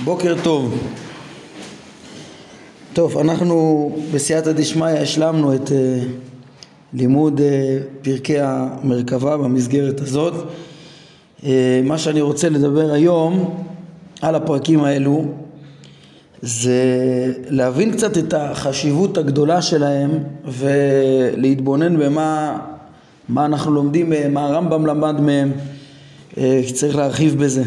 בוקר טוב. טוב, אנחנו בסייעתא דשמיא השלמנו את לימוד פרקי המרכבה במסגרת הזאת. מה שאני רוצה לדבר היום על הפרקים האלו זה להבין קצת את החשיבות הגדולה שלהם ולהתבונן במה אנחנו לומדים, מה הרמב"ם למד מהם, צריך להרחיב בזה.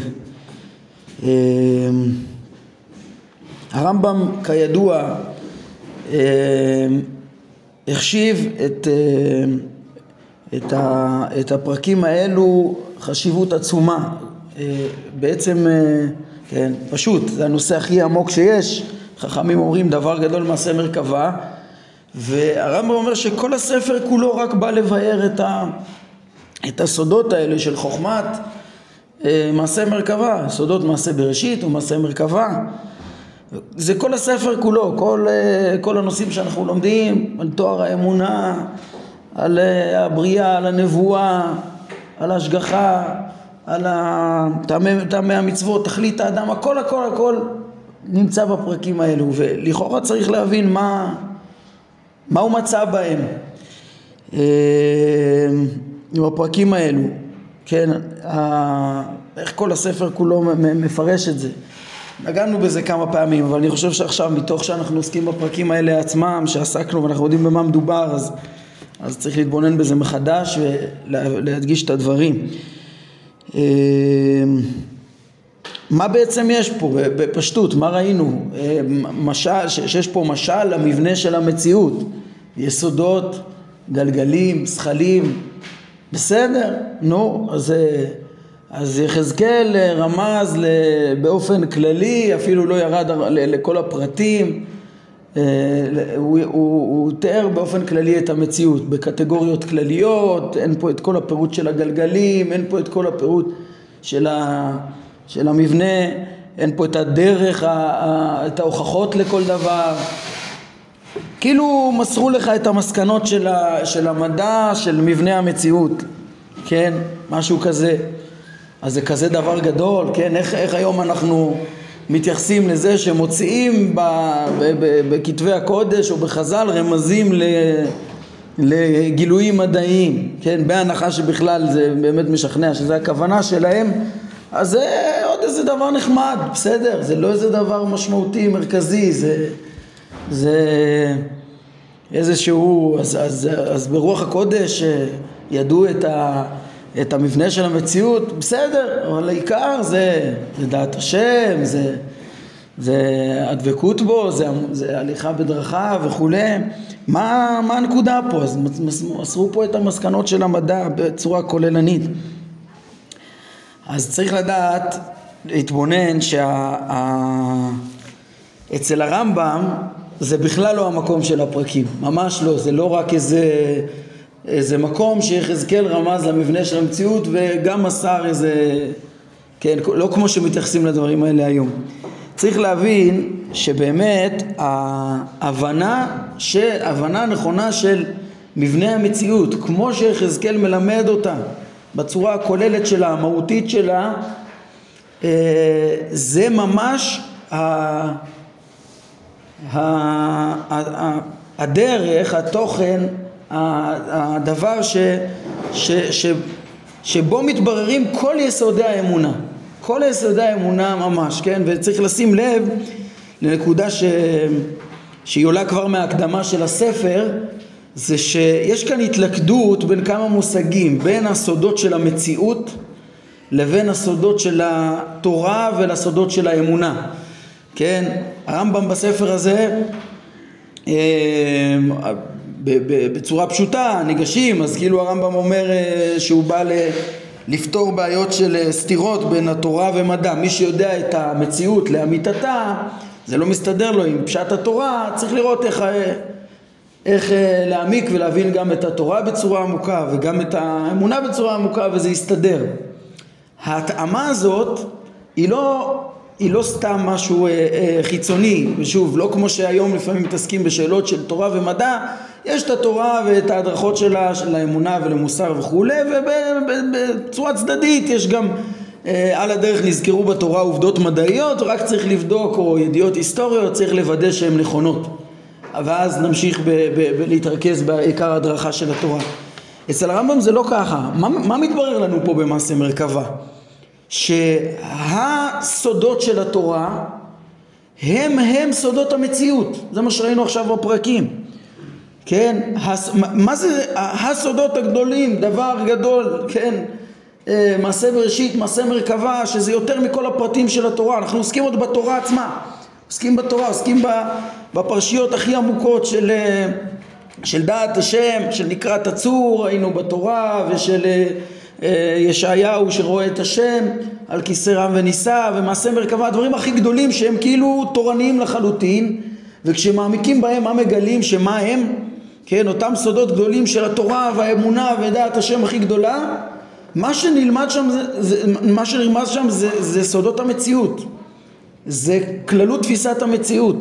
הרמב"ם כידוע החשיב את הפרקים האלו חשיבות עצומה. בעצם כן, פשוט זה הנושא הכי עמוק שיש. חכמים אומרים דבר גדול מעשה מרכבה, והרמב"ם אומר שכל הספר כולו רק בא לבאר את הסודות האלה של חוכמת מעשה מרכבה, סודות מעשה בראשית ומעשה מרכבה. זה כל הספר כולו, כל הנושאים שאנחנו לומדים, על תואר האמונה, על הבריאה, על הנבואה, על ההשגחה, על טעמי המצוות, תכלית האדם, הכל נמצא בפרקים האלו, ולכאורה צריך להבין מה הוא מצא בהם, עם הפרקים האלו. כן, איך כל הספר כולו מפרש את זה. נגענו בזה כמה פעמים, אבל אני חושב שעכשיו מתוך שאנחנו עוסקים בפרקים האלה עצמם, שעסקנו ואנחנו יודעים במה מדובר, אז צריך להתבונן בזה מחדש ולהדגיש את הדברים. מה בעצם יש פה בפשטות? מה ראינו? שיש פה משל למבנה של המציאות, יסודות, גלגלים, שכלים, בסדר? נו, אז יחזקאל רמז באופן כללי, אפילו לא ירד לכל הפרטים, הוא תיאר באופן כללי את המציאות, בקטגוריות כלליות. אין פה את כל הפירוט של הגלגלים, אין פה את כל הפירוט של המבנה, אין פה את הדרך, את ההוכחות לכל דבר. כאילו מסרו לך את המסקנות של המדע, של מבנה המציאות, כן? משהו כזה. אז זה כזה דבר גדול, כן? איך היום אנחנו מתייחסים לזה שמוציאים בכתבי הקודש או בחז"ל רמזים לגילויים מדעיים, כן? בהנחה שבכלל זה באמת משכנע שזה הכוונה שלהם, אז זה עוד איזה דבר נחמד, בסדר? זה לא איזה דבר משמעותי, מרכזי, זה איזשהו, אז ברוח הקודש ידעו את המבנה של המציאות, בסדר, אבל העיקר זה דעת השם, זה הדבקות בו, זה הליכה בדרכה וכו'. מה הנקודה פה? אז מסרו פה את המסקנות של המדע בצורה כוללנית. אז צריך לדעת, להתבונן אצל הרמב"ם זה בכלל לא המקום של הפרקים, ממש לא, זה לא רק איזה מקום שיחזקאל רמז למבנה של המציאות וגם מסר איזה, כן, לא כמו שמתייחסים לדברים האלה היום. צריך להבין שבאמת ההבנה נכונה של מבנה המציאות, כמו שיחזקאל מלמד אותה בצורה הכוללת שלה, המהותית שלה, זה ממש הדרך, התוכן, הדבר שבו מתבררים כל יסודי האמונה, כל יסודי האמונה ממש, כן? וצריך לשים לב לנקודה שהיא עולה כבר מההקדמה של הספר, זה שיש כאן התלכדות בין כמה מושגים, בין הסודות של המציאות לבין הסודות של התורה ולסודות של האמונה, כן? הרמב"ם בספר הזה בצורה פשוטה ניגשים, אז כאילו הרמב"ם אומר שהוא בא לפתור בעיות של סתירות בין התורה ומדע. מי שיודע את המציאות לאמיתתה, זה לא מסתדר לו עם פשט התורה, צריך לראות איך להעמיק ולהבין גם את התורה בצורה עמוקה וגם את האמונה בצורה עמוקה, וזה יסתדר. ההתאמה הזאת היא לא סתם משהו חיצוני, ושוב, לא כמו שהיום לפעמים מתעסקים בשאלות של תורה ומדע, יש את התורה ואת ההדרכות שלה, של האמונה ולמוסר וכו', ובצורה צדדית יש גם על הדרך נזכרו בתורה עובדות מדעיות, רק צריך לבדוק, או ידיעות היסטוריות, צריך לוודא שהן נכונות. ואז נמשיך להתרכז בעיקר הדרכה של התורה. אצל הרמב"ם זה לא ככה. מה מתברר לנו פה במעשה מרכבה? שהסודות של התורה הם סודות המציאות. זה מה שראינו עכשיו בפרקים. כן? מה זה הסודות הגדולים? דבר גדול, כן? מעשה בראשית, מעשה מרכבה, שזה יותר מכל הפרטים של התורה. אנחנו עוסקים עוד בתורה עצמה. עוסקים בתורה, עוסקים בפרשיות הכי עמוקות של דעת השם, של נקראת הצור, היינו בתורה, ושל ישעיהו שרואה את השם על כיסא רם ונישא, ומעשה מרכבה, הדברים הכי גדולים שהם כאילו תורניים לחלוטין, וכשמעמיקים בהם מה מגלים שמה הם, כן, אותם סודות גדולים של התורה והאמונה ודעת השם הכי גדולה, מה שנלמד שם זה סודות המציאות, זה כללות תפיסת המציאות.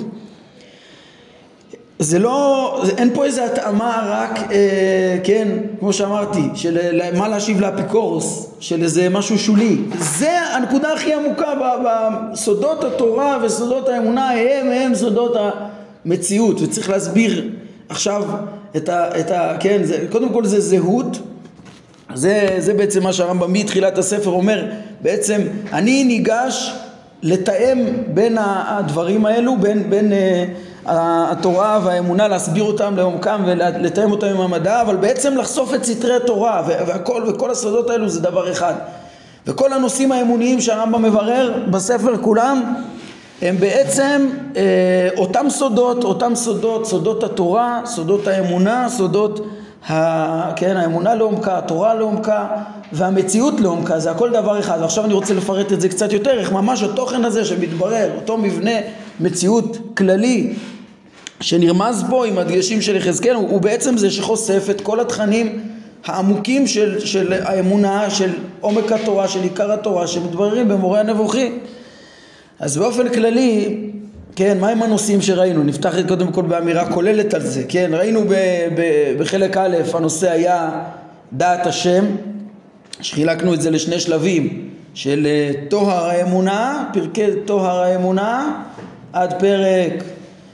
זה לא, אין פה איזה התאמה רק, כן, כמו שאמרתי, של מה להשיב לאפיקורוס, של איזה משהו שולי. זה הנקודה הכי עמוקה בסודות התורה וסודות האמונה, הם סודות המציאות, וצריך להסביר עכשיו כן, קודם כל זה זהות, זה בעצם מה שהרמב"ם מתחילת הספר אומר, בעצם אני ניגש לתאם בין הדברים האלו, בין התורה והאמונה, להסביר אותם לעומקם ולתאם אותם עם המדע, אבל בעצם לחשוף את סתרי התורה וכל הסודות האלו זה דבר אחד. וכל הנושאים האמוניים שהרמב"ם מברר בספר כולם הם בעצם אותם סודות, סודות התורה, סודות האמונה, סודות האמונה לעומקה, התורה לעומקה והמציאות לעומקה, זה הכל דבר אחד. ועכשיו אני רוצה לפרט את זה קצת יותר, איך ממש התוכן הזה שמתברר, אותו מבנה מציאות כללי שנרמז פה עם הדגשים של יחזקאל, הוא בעצם זה שחושף את כל התכנים העמוקים של האמונה, של עומק התורה, של עיקר התורה שמתבררים במורה הנבוכים. אז באופן כללי, כן, מה הם הנושאים שראינו? נפתח קודם כל באמירה כוללת על זה. כן, ראינו בחלק א', הנושא היה דעת השם, שחילקנו את זה לשני שלבים של תוהר האמונה, פרקי תוהר האמונה, עד פרק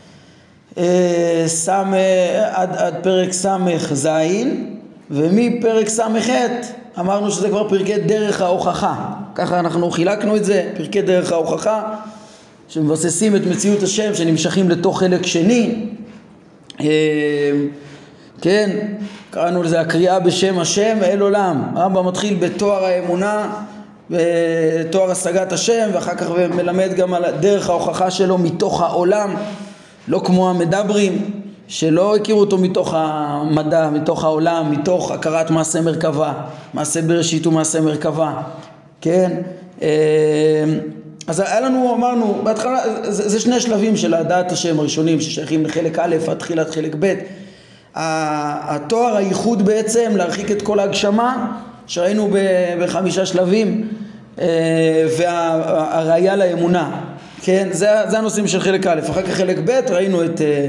עד פרק סמך זין, ומפרק סמך ח' אמרנו שזה כבר פרקי דרך ההוכחה. ככה אנחנו חילקנו את זה, פרקי דרך ההוכחה, שמבססים את מציאות השם, שנמשכים לתוך חלק שני. כן, קראנו לזה הקריאה בשם השם אל עולם. הרמב"ם מתחיל בתואר האמונה, בתואר השגת השם, ואחר כך מלמד גם על דרך ההוכחה שלו מתוך העולם, לא כמו המדברים שלא הכירו אותו מתוך המדע, מתוך העולם, מתוך הכרת מעשה מרכבה, מעשה בראשית ומעשה מרכבה. כן, אז היה לנו, אמרנו, בהתחלה, זה שני שלבים של הדעת השם הראשונים ששייכים לחלק א' עד תחילת חלק ב'. התואר הייחוד בעצם להרחיק את כל ההגשמה שראינו בחמישה שלבים, והראיה לאמונה. כן, זה הנושאים של חלק א'. אחר כך חלק ב' ראינו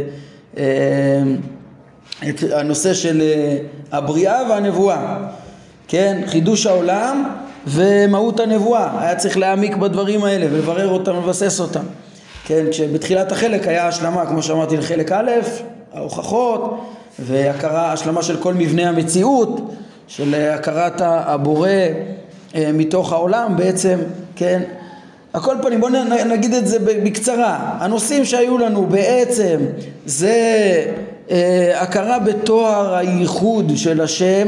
את הנושא של הבריאה והנבואה. כן, חידוש העולם ומהות הנבואה. היה צריך להעמיק בדברים האלה ולברר אותם ולבסס אותם. כן, כשבתחילת החלק היה השלמה, כמו שאמרתי, לחלק א', ההוכחות, והכרה, השלמה של כל מבנה המציאות, של הכרת הבורא מתוך העולם בעצם, כן. הכל פנים, בואו נגיד את זה בקצרה. הנושאים שהיו לנו בעצם זה הכרה בתואר הייחוד של השם,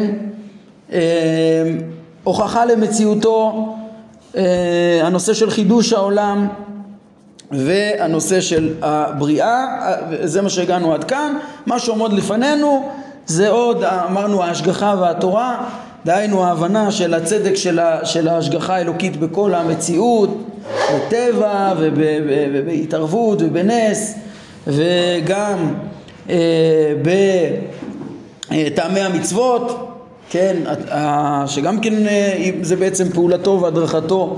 הוכחה למציאותו, הנושא של חידוש העולם והנושא של הבריאה. זה מה שהגענו עד כאן. מה שעומד לפנינו זה עוד, אמרנו, ההשגחה והתורה, דהיינו ההבנה של הצדק של ההשגחה האלוקית בכל המציאות, בטבע ובהתערבות ובנס, וגם בטעמי המצוות, כן, שגם כן זה בעצם פעולתו והדרכתו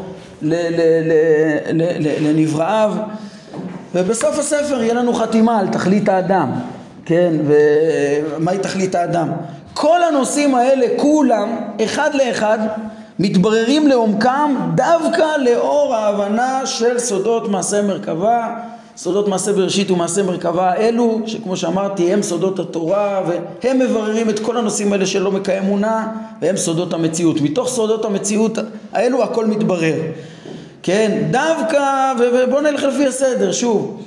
לנבראיו. ובסוף הספר יהיה לנו חתימה על תכלית האדם, כן, ומהי תכלית האדם. כל הנושאים האלה כולם אחד לאחד מתבררים לעומקם דווקא לאור ההבנה של סודות מעשה מרכבה, סודות מעשה בראשית ומעשה מרכבה אלו, שכמו שאמרתי הם סודות התורה, והם מבררים את כל הנושאים האלה שלא מקיים אמונה, והם סודות המציאות. מתוך סודות המציאות האלו הכל מתברר. כן, דווקא, ובואו נלך לפי הסדר, שוב.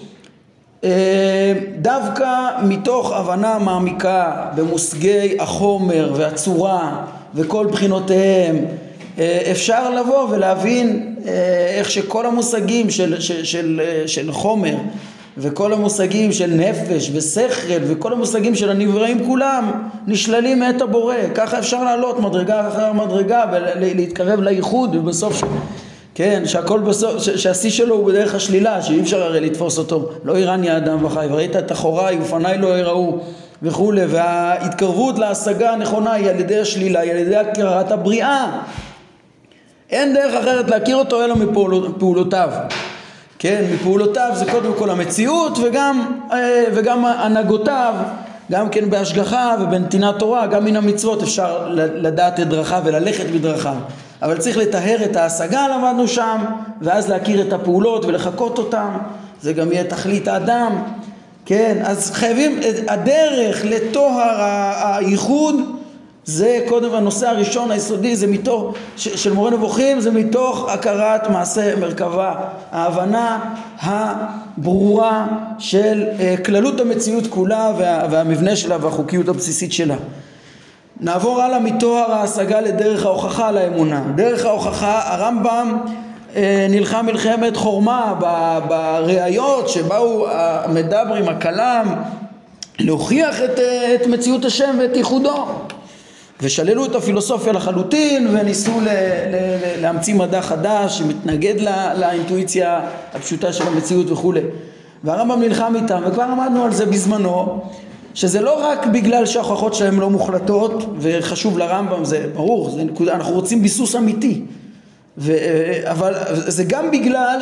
דווקא מתוך הבנה מעמיקה במושגי החומר והצורה וכל בחינותיהם, אפשר לבוא ולהבין איך שכל המושגים של חומר וכל המושגים של נפש ושכל וכל המושגים של הנבראים כולם נשללים מאת הבורא. ככה אפשר לעלות מדרגה אחר מדרגה ולהתקרב לייחוד, ובסוף כן, שהכל בסוף, שהשיא שלו הוא בדרך השלילה, שאי אפשר הרי לתפוס אותו. לא יראני האדם וחי, וראית את אחוריי ופניי לא יראו וכו'. וההתקרבות להשגה הנכונה היא על ידי השלילה, היא על ידי הכרת הבריאה. אין דרך אחרת להכיר אותו אלא מפעולותיו. כן, מפעולותיו זה קודם כל המציאות וגם הנהגותיו, גם כן בהשגחה ובנתינת תורה, גם מן המצוות אפשר לדעת את דרכיו וללכת בדרכיו. אבל צריך לטהר את ההשגה, למדנו שם, ואז להכיר את הפעולות ולחקות אותם. זה גם יהיה תכלית האדם. כן, אז חייבים, הדרך לטוהר הייחוד, זה קודם הנושא הראשון היסודי, זה מתוך, של מורה נבוכים, זה מתוך הכרת מעשה מרכבה. ההבנה הברורה של כללות המציאות כולה והמבנה שלה והחוקיות הבסיסית שלה. נעבור הלאה מתואר ההשגה לדרך ההוכחה לאמונה. דרך ההוכחה, הרמב"ם נלחם מלחמת חורמה בראיות שבאו המדברים, הכלם, להוכיח את מציאות השם ואת ייחודו. ושללו את הפילוסופיה לחלוטין וניסו להמציא מדע חדש שמתנגד לאינטואיציה הפשוטה של המציאות וכו'. והרמב"ם נלחם איתם, וכבר עמדנו על זה בזמנו, שזה לא רק בגלל שההוכחות שלהם לא מוחלטות, וחשוב לרמב"ם, זה ברור, זה נקודה, אנחנו רוצים ביסוס אמיתי, אבל זה גם בגלל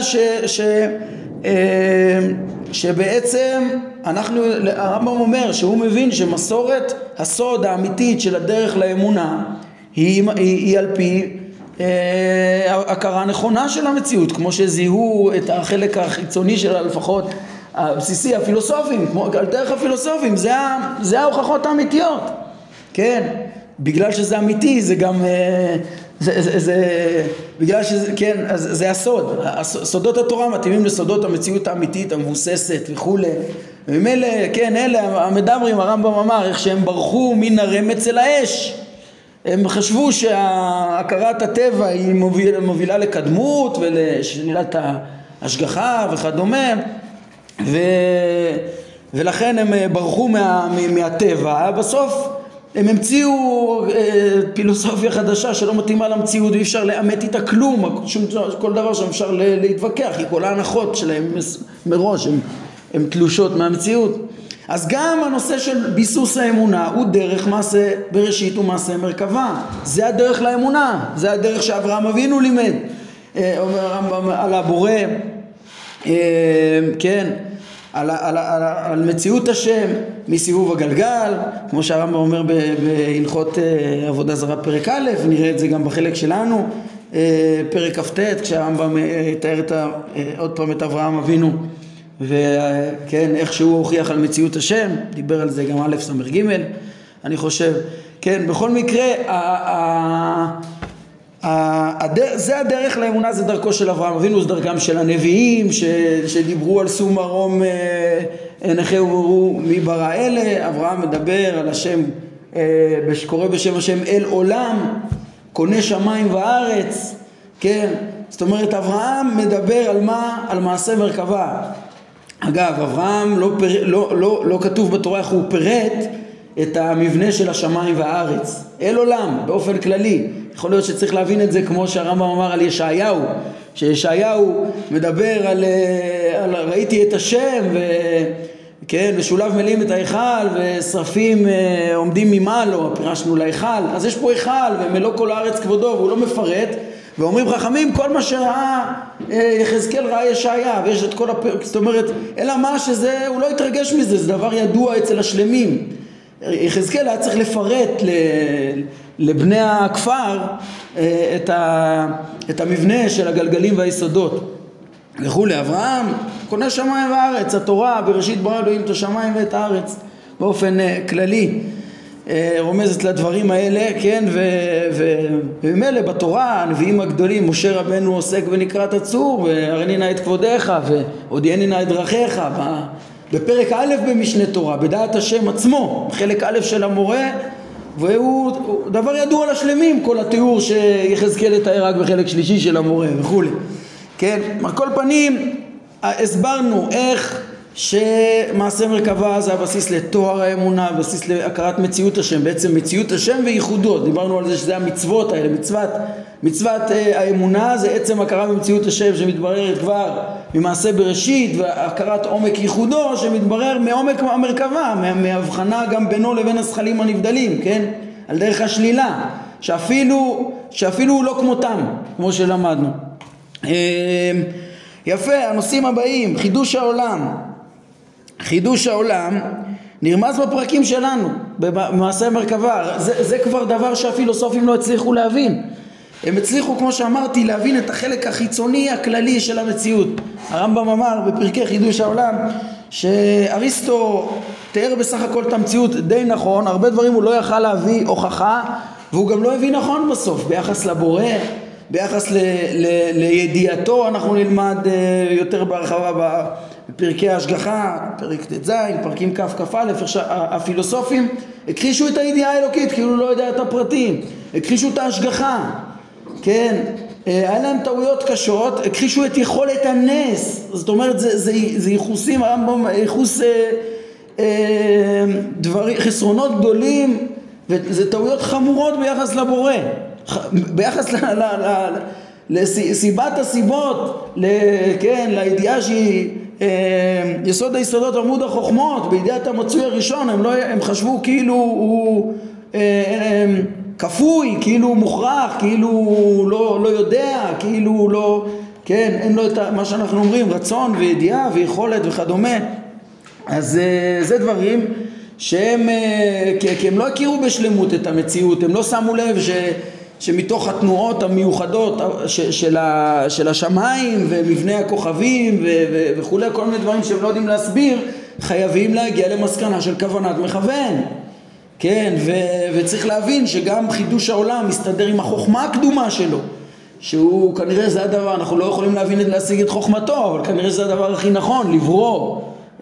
שבעצם הרמב"ם אומר שהוא מבין שמסורת הסוד האמיתית של הדרך לאמונה היא על פי הכרה נכונה של המציאות, כמו שזיהו את החלק החיצוני שלה לפחות הבסיסי, הפילוסופים, כמו על דרך הפילוסופים, זה ההוכחות האמיתיות. כן, בגלל שזה אמיתי, זה גם בגלל שזה, כן, אז זה הסוד. סודות התורה מתאימים לסודות המציאות האמיתית המבוססת וכו'. וממילא, כן, אלה המדברים, הרמב"ם אמר איך שהם ברחו מן הרמץ אל האש. הם חשבו שהכרת הטבע היא מובילה לקדמות ולשלילת ההשגחה וכדומה, ולכן הם ברחו מהטבע. בסוף הם המציאו פילוסופיה חדשה שלא מתאימה למציאות, ואי אפשר לאמת איתה כלום, כל דבר שאפשר להתווכח, כי כל ההנחות שלהם מראש הם תלושות מהמציאות. אז גם הנושא של ביסוס האמונה הוא דרך מעשה בראשית ומעשה מרכבה. זה הדרך לאמונה, זה הדרך שאברהם אבינו לימד. אומר הרמב"ם על הבורא, כן, על מציאות השם מסיבוב הגלגל, כמו שהרמב"ם אומר בהלכות עבודה זרה פרק א', נראה את זה גם בחלק שלנו, פרק כ"ט, כשהרמב"ם יתאר עוד פעם את אברהם אבינו, וכן, איך שהוא הוכיח על מציאות השם, דיבר על זה גם א' סמר ג', אני חושב. כן, בכל מקרה, זה הדרך לאמונה, זה דרכו של אברהם אבינו, זה דרכם של הנביאים שדיברו על סום מרום נחי וברו מי ברא אלה. אברהם מדבר על השם, קורא בשם השם אל עולם, קונה שמיים וארץ. כן, זאת אומרת אברהם מדבר על מה? על מעשה מרכבה. אגב, אברהם לא כתוב בתורה איך הוא פירט את המבנה של השמיים והארץ, אל עולם באופן כללי. יכול להיות שצריך להבין את זה כמו שהרמב"ם אמר על ישעיהו, שישעיהו מדבר על ראיתי את השם, וכן, ושולב מלאים את ההיכל ושרפים עומדים ממעלו, פירשנו להיכל. אז יש פה היכל ומלוא כל הארץ כבודו, והוא לא מפרט, ואומרים חכמים כל מה שראה יחזקאל ראה ישעיה, ויש את כל זאת אומרת, אלא מה שזה, הוא לא יתרגש מזה, זה דבר ידוע אצל השלמים. יחזקאל היה צריך לפרט לבני הכפר את המבנה של הגלגלים והיסודות וכו'. אברהם קונה שמיים וארץ, התורה בראשית ברא אלוהים את השמיים ואת הארץ באופן כללי רומזת לדברים האלה, כן, ובמילא בתורה הנביאים הגדולים, משה רבנו עוסק בנקרת הצור, והראני נא את כבודיך והודיעני נא את דרכיך, בפרק א' במשנה תורה, בדעת השם עצמו, חלק א' של המורה, והוא דבר ידוע לשלמים, כל התיאור שיחזקאל יתאר רק בחלק שלישי של המורה וכו'. כן, מכל פנים הסברנו איך שמעשה מרכבה זה הבסיס לתואר האמונה, הבסיס להכרת מציאות השם, בעצם מציאות השם וייחודות. דיברנו על זה שזה המצוות האלה, מצוות האמונה זה עצם הכרה במציאות השם שמתבררת כבר ממעשה בראשית, והכרת עומק ייחודו שמתברר מעומק המרכבה, מהבחנה גם בינו לבין הזכלים הנבדלים, כן? על דרך השלילה, שאפילו הוא לא כמותם, כמו שלמדנו. יפה, הנושאים הבאים, חידוש העולם נרמז בפרקים שלנו במעשה מרכבה. זה כבר דבר שהפילוסופים לא הצליחו להבין. הם הצליחו, כמו שאמרתי, להבין את החלק החיצוני הכללי של המציאות. הרמב"ם אמר בפרקי חידוש העולם שאריסטו תיאר בסך הכל את המציאות די נכון, הרבה דברים הוא לא יכל להביא הוכחה, והוא גם לא הביא נכון בסוף ביחס לבורא, ביחס לידיעתו. אנחנו נלמד יותר בהרחבה בפרקי ההשגחה, פרק ט"ז, פרקים כ"א. הפילוסופים הכחישו את הידיעה האלוקית כאילו לא יודע את הפרטים, הכחישו את ההשגחה, כן, היה להם טעויות קשות, הכחישו את יכולת הנס. זאת אומרת זה ייחוסים, הרמב"ם ייחוס חסרונות גדולים, וזה טעויות חמורות ביחס לבורא, ביחס לסיבת הסיבות, כן, לידיעה שהיא יסוד היסודות עמוד החוכמות, בידיעת המצוי הראשון. הם חשבו כאילו הוא כפוי, כאילו הוא מוכרח, כאילו הוא לא יודע, כאילו הוא לא, כן, אין לו את מה שאנחנו אומרים, רצון וידיעה ויכולת וכדומה. אז זה דברים שהם, כי הם לא הכירו בשלמות את המציאות, הם לא שמו לב שמתוך התנועות המיוחדות של השמיים ומבנה הכוכבים וכו', כל מיני דברים שהם לא יודעים להסביר, חייבים להגיע למסקנה של כוונת מכוון. כן, וצריך להבין שגם חידוש העולם מסתדר עם החוכמה הקדומה שלו, שהוא כנראה זה הדבר, אנחנו לא יכולים להשיג את חוכמתו, אבל כנראה זה הדבר הכי נכון, לברוא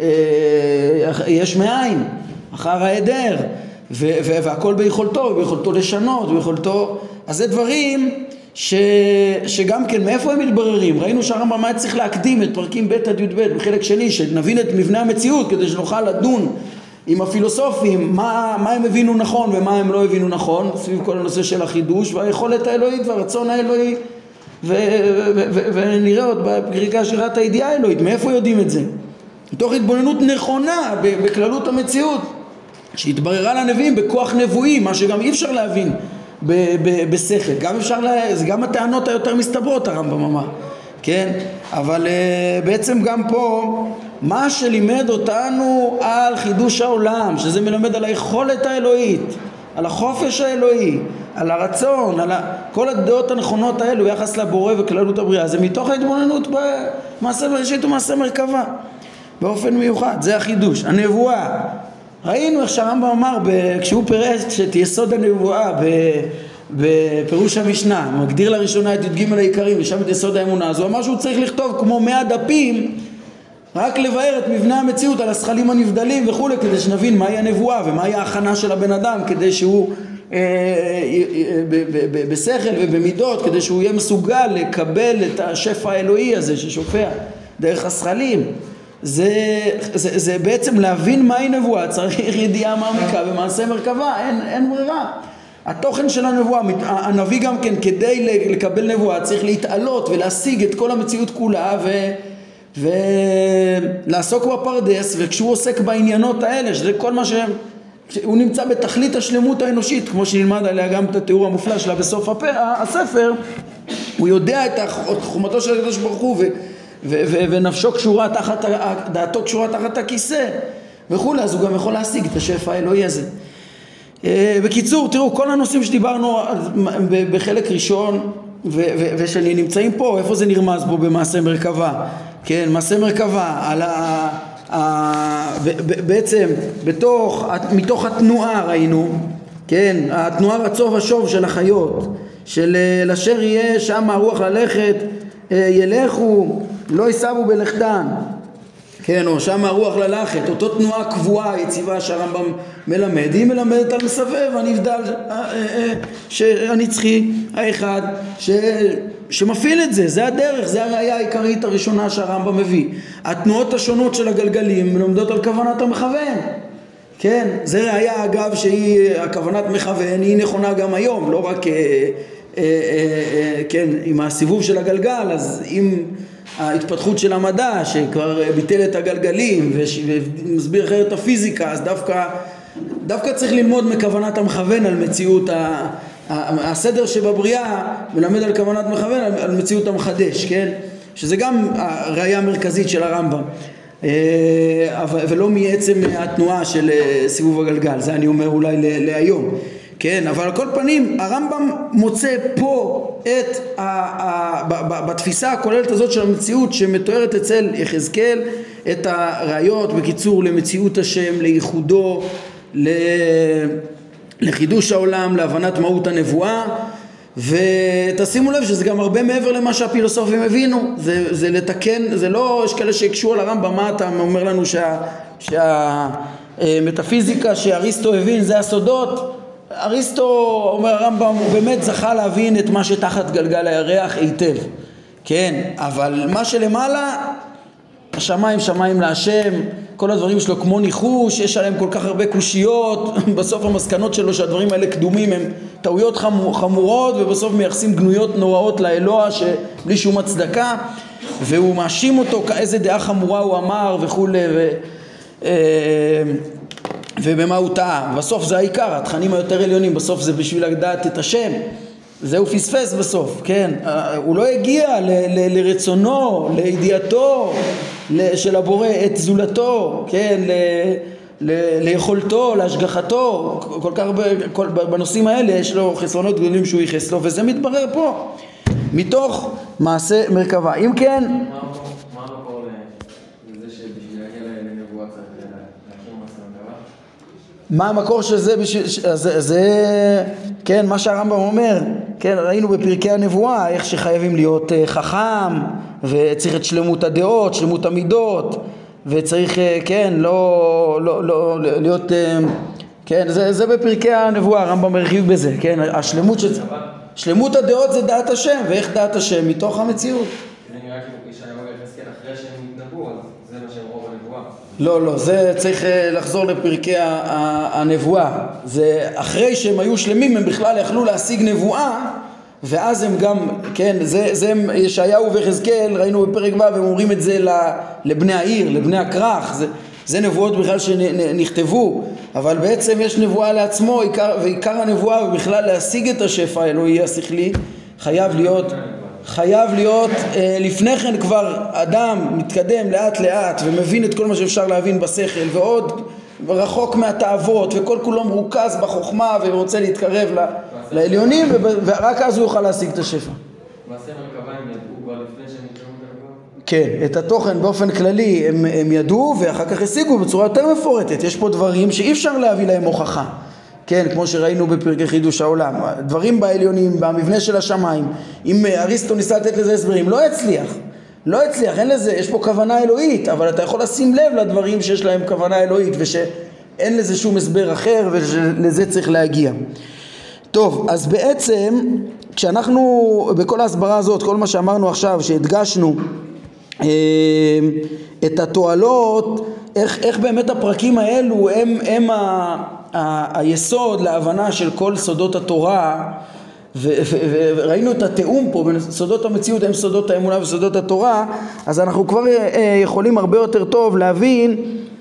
יש מאין, אחר ההיעדר, והכל ביכולתו לשנות, ביכולתו. אז זה דברים שגם כן מאיפה הם מתבררים. ראינו שהרמב"ם היה צריך להקדים את פרקים ב' עד י"ב בחלק שני, שנבין את מבנה המציאות כדי שנוכל לדון עם הפילוסופים מה הם הבינו נכון ומה הם לא הבינו נכון סביב כל הנושא של החידוש והיכולת האלוהית והרצון האלוהי, ונראה עוד בפרקה שירת הידיעה האלוהית מאיפה יודעים את זה, מתוך התבוננות נכונה בכללות המציאות שהתבררה לנביאים בכוח נבואי, מה שגם אי אפשר להבין בשכל. גם אפשר זה גם הטענות היותר מסתברות, הרמב"ם אמר, כן? אבל בעצם גם פה מה שלימד אותנו על חידוש העולם, שזה מלמד על היכולת האלוהית, על החופש האלוהי, על הרצון, על כל הדעות הנכונות האלו יחס לבורא וכללות הבריאה, זה מתוך ההתבוננות במעשה בראשית ומעשה מרכבה באופן מיוחד. זה החידוש. הנבואה, ראינו איך שהרמב"ם אמר כשהוא פירש את יסוד הנבואה בפירוש המשנה, מגדיר לראשונה את י"ג העיקרים ושם את יסוד האמונה, אז הוא אמר שהוא צריך לכתוב כמו 100 דפים רק לבאר את מבנה המציאות על השכלים הנבדלים וכו', כדי שנבין מהי הנבואה ומהי ההכנה של הבן אדם, כדי שהוא בשכל ובמידות, כדי שהוא יהיה מסוגל לקבל את השפע האלוהי הזה ששופע דרך השכלים. זה בעצם להבין מהי נבואה, צריך ידיעה מעמיקה ומעשה מרכבה, אין ברירה. התוכן של הנבואה, הנביא גם כן כדי לקבל נבואה צריך להתעלות ולהשיג את כל המציאות כולה ולעסוק בפרדס, וכשהוא עוסק בעניינות האלה, שזה כל מה שהוא נמצא בתכלית השלמות האנושית, כמו שנלמד עליה גם את התיאור המופלא שלה בסוף הספר, הוא יודע את חוכמתו של הקדוש ברוך הוא ונפשו קשורה תחת, דעתו קשורה תחת הכיסא וכו', אז הוא גם יכול להשיג את השפע האלוהי הזה. בקיצור, תראו, כל הנושאים שדיברנו בחלק ראשון ושנמצאים פה, איפה זה נרמז פה במעשה מרכבה? כן, מעשה מרכבה, בעצם מתוך התנועה ראינו, כן, התנועה רצו ושוב של החיות, של אשר יהיה שם הרוח ללכת, ילכו, לא יסבו בלכתן, כן, או שם הרוח ללכת, אותו תנועה קבועה, יציבה שהרמב"ם מלמד, היא מלמדת על מסבב הנבדל הנצחי האחד שמפעיל את זה, זה הדרך, זה הראייה העיקרית הראשונה שהרמב"ם מביא. התנועות השונות של הגלגלים מלמדות על כוונת המכוון, כן, זה ראייה אגב שהיא הכוונת מכוון, היא נכונה גם היום, לא רק כן, עם הסיבוב של הגלגל, אז עם ההתפתחות של המדע שכבר ביטל את הגלגלים ומסביר אחרת את הפיזיקה, אז דווקא צריך ללמוד מכוונת המכוון על מציאות הסדר שבבריאה מלמד על כוונת מכוון על מציאות המחדש, כן, שזה גם הראייה המרכזית של הרמב"ם, ולא מעצם התנועה של סיבוב הגלגל, זה אני אומר אולי להיום, כן, אבל על כל פנים הרמב"ם מוצא פה בתפיסה הכוללת הזאת של המציאות שמתוארת אצל יחזקאל את הראיות בקיצור למציאות השם, לייחודו, לחידוש העולם, להבנת מהות הנבואה. ותשימו לב שזה גם הרבה מעבר למה שהפילוסופים הבינו, זה לתקן, זה לא, יש כאלה שהקשו על הרמב"ם, מה אתה אומר לנו שהמטאפיזיקה שאריסטו הבין זה הסודות? אריסטו, אומר הרמב"ם, הוא באמת זכה להבין את מה שתחת גלגל הירח היטב, כן, אבל מה שלמעלה, השמיים שמיים להשם, כל הדברים שלו כמו ניחוש, יש עליהם כל כך הרבה קושיות, בסוף המסקנות שלו שהדברים האלה קדומים הם טעויות חמורות, ובסוף מייחסים גנויות נוראות לאלוה שבלי שום הצדקה, והוא מאשים אותו איזה דעה חמורה הוא אמר וכו' ובמה הוא טעה. בסוף זה העיקר, התכנים היותר עליונים, בסוף זה בשביל לדעת את השם, זה הוא פספס בסוף, כן, הוא לא הגיע לרצונו, לידיעתו של הבורא את זולתו, כן, ליכולתו, להשגחתו, כל כך בנושאים האלה יש לו חסרונות גדולים שהוא ייחס לו, וזה מתברר פה מתוך מעשה מרכבה. אם כן, מה המקור לזה שבשביל להגיע לנבואה צריך להכיר מעשה מרכבה? מה המקור של זה? זה כן, מה שהרמב"ם אומר, כן, ראינו בפרקי הנבואה איך שחייבים להיות חכם וצריך את שלמות הדעות, שלמות המידות, וצריך, כן, לא להיות, כן, זה בפרקי הנבואה, הרמב"ם מרחיב בזה, כן, השלמות של שלמות הדעות זה דעת השם, ואיך דעת השם מתוך המציאות. זה נראה כאילו ישעיהו ויחזקאל אחרי שהם התנבאו, אז זה מה שהם רוב הנבואה. לא, זה צריך לחזור לפרקי הנבואה, זה אחרי שהם היו שלמים הם בכלל יכלו להשיג נבואה, ואז הם גם, כן, זה ישעיהו ויחזקאל, ראינו בפרק ו' והם אומרים את זה לבני העיר, לבני הכרך, זה נבואות בכלל שנכתבו, אבל בעצם יש נבואה לעצמו, ועיקר הנבואה ובכלל להשיג את השפע האלוהי השכלי חייב להיות לפני כן כבר אדם מתקדם לאט לאט ומבין את כל מה שאפשר להבין בשכל, ועוד רחוק מהתאוות וכל כולו מרוכז בחוכמה ורוצה להתקרב לעליונים, ורק אז הוא יוכל להשיג את השפע. מעשה מרכבה הם ידעו כבר לפני שהם התקרבו את הנבואה? כן, את התוכן באופן כללי הם ידעו ואחר כך השיגו בצורה יותר מפורטת. יש פה דברים שאי אפשר להביא להם הוכחה, כן, כמו שראינו בפרקי חידוש העולם, דברים בעליונים, במבנה של השמיים. אם אריסטו ניסה לתת לזה הסברים, לא הצליח, אין לזה, יש פה כוונה אלוהית, אבל אתה יכול לשים לב לדברים שיש להם כוונה אלוהית ושאין לזה שום הסבר אחר ולזה צריך להגיע. טוב, אז בעצם כשאנחנו בכל ההסברה הזאת, כל מה שאמרנו עכשיו, שהדגשנו את התועלות, איך באמת הפרקים האלו הם היסוד להבנה של כל סודות התורה, וראינו את התאום פה בין סודות המציאות הם סודות האמונה וסודות התורה, אז אנחנו כבר יכולים הרבה יותר טוב להבין,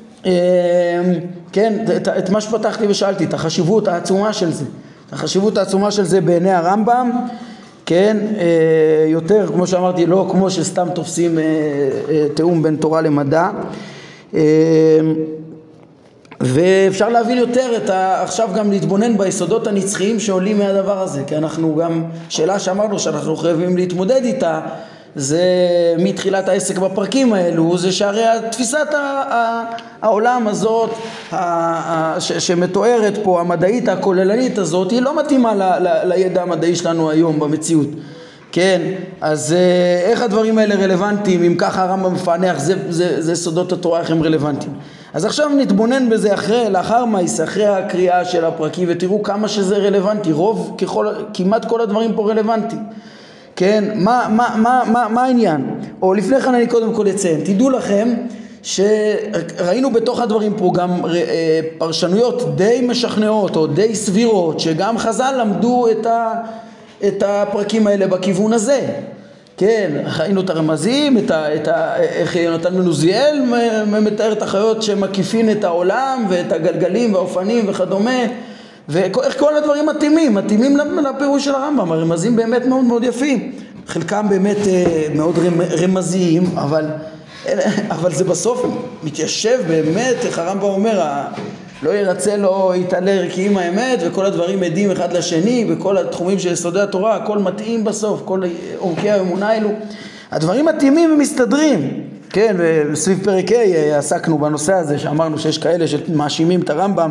כן, את מה שפתחתי ושאלתי, את החשיבות העצומה של זה, החשיבות העצומה של זה בעיני הרמב"ם, כן, יותר כמו שאמרתי, לא כמו שסתם תופסים תאום בין תורה למדע. ואפשר להבין יותר עכשיו גם להתבונן ביסודות הנצחיים שעולים מהדבר הזה, כי אנחנו גם, שאלה שאמרנו שאנחנו חייבים להתמודד איתה, זה מתחילת העסק בפרקים האלו, זה שהרי תפיסת העולם הזאת שמתוארת פה, המדעית הכוללנית הזאת, היא לא מתאימה לידע המדעי שלנו היום במציאות. כן, אז איך הדברים האלה רלוונטיים? אם ככה הרמב"ם מפענח, זה סודות התורה, איך הם רלוונטיים. אז עכשיו נתבונן בזה לאחר מייס, אחרי הקריאה של הפרקים, ותראו כמה שזה רלוונטי. כמעט כל הדברים פה רלוונטיים. כן, מה העניין? או לפני כן אני קודם כל אציין, תדעו לכם שראינו בתוך הדברים פה גם פרשנויות די משכנעות או די סבירות, שגם חז"ל למדו את הפרקים האלה בכיוון הזה. כן, ראינו את הרמזים, איך יונתן בן עוזיאל מתאר את החיות שמקיפין את העולם ואת הגלגלים והאופנים וכדומה, ואיך כל הדברים מתאימים לפירוש של הרמב"ם. הרמזים באמת מאוד מאוד יפים, חלקם באמת מאוד רמזיים, אבל זה בסוף מתיישב באמת, איך הרמב"ם אומר, לא ירצה לו יתעלה ערכי עם האמת, וכל הדברים עדים אחד לשני, וכל התחומים של יסודי התורה, הכל מתאים בסוף, כל עומקי האמונה האלו, הדברים מתאימים ומסתדרים. כן, וסביב פרק ה' עסקנו בנושא הזה, שאמרנו שיש כאלה שמאשימים את הרמב"ם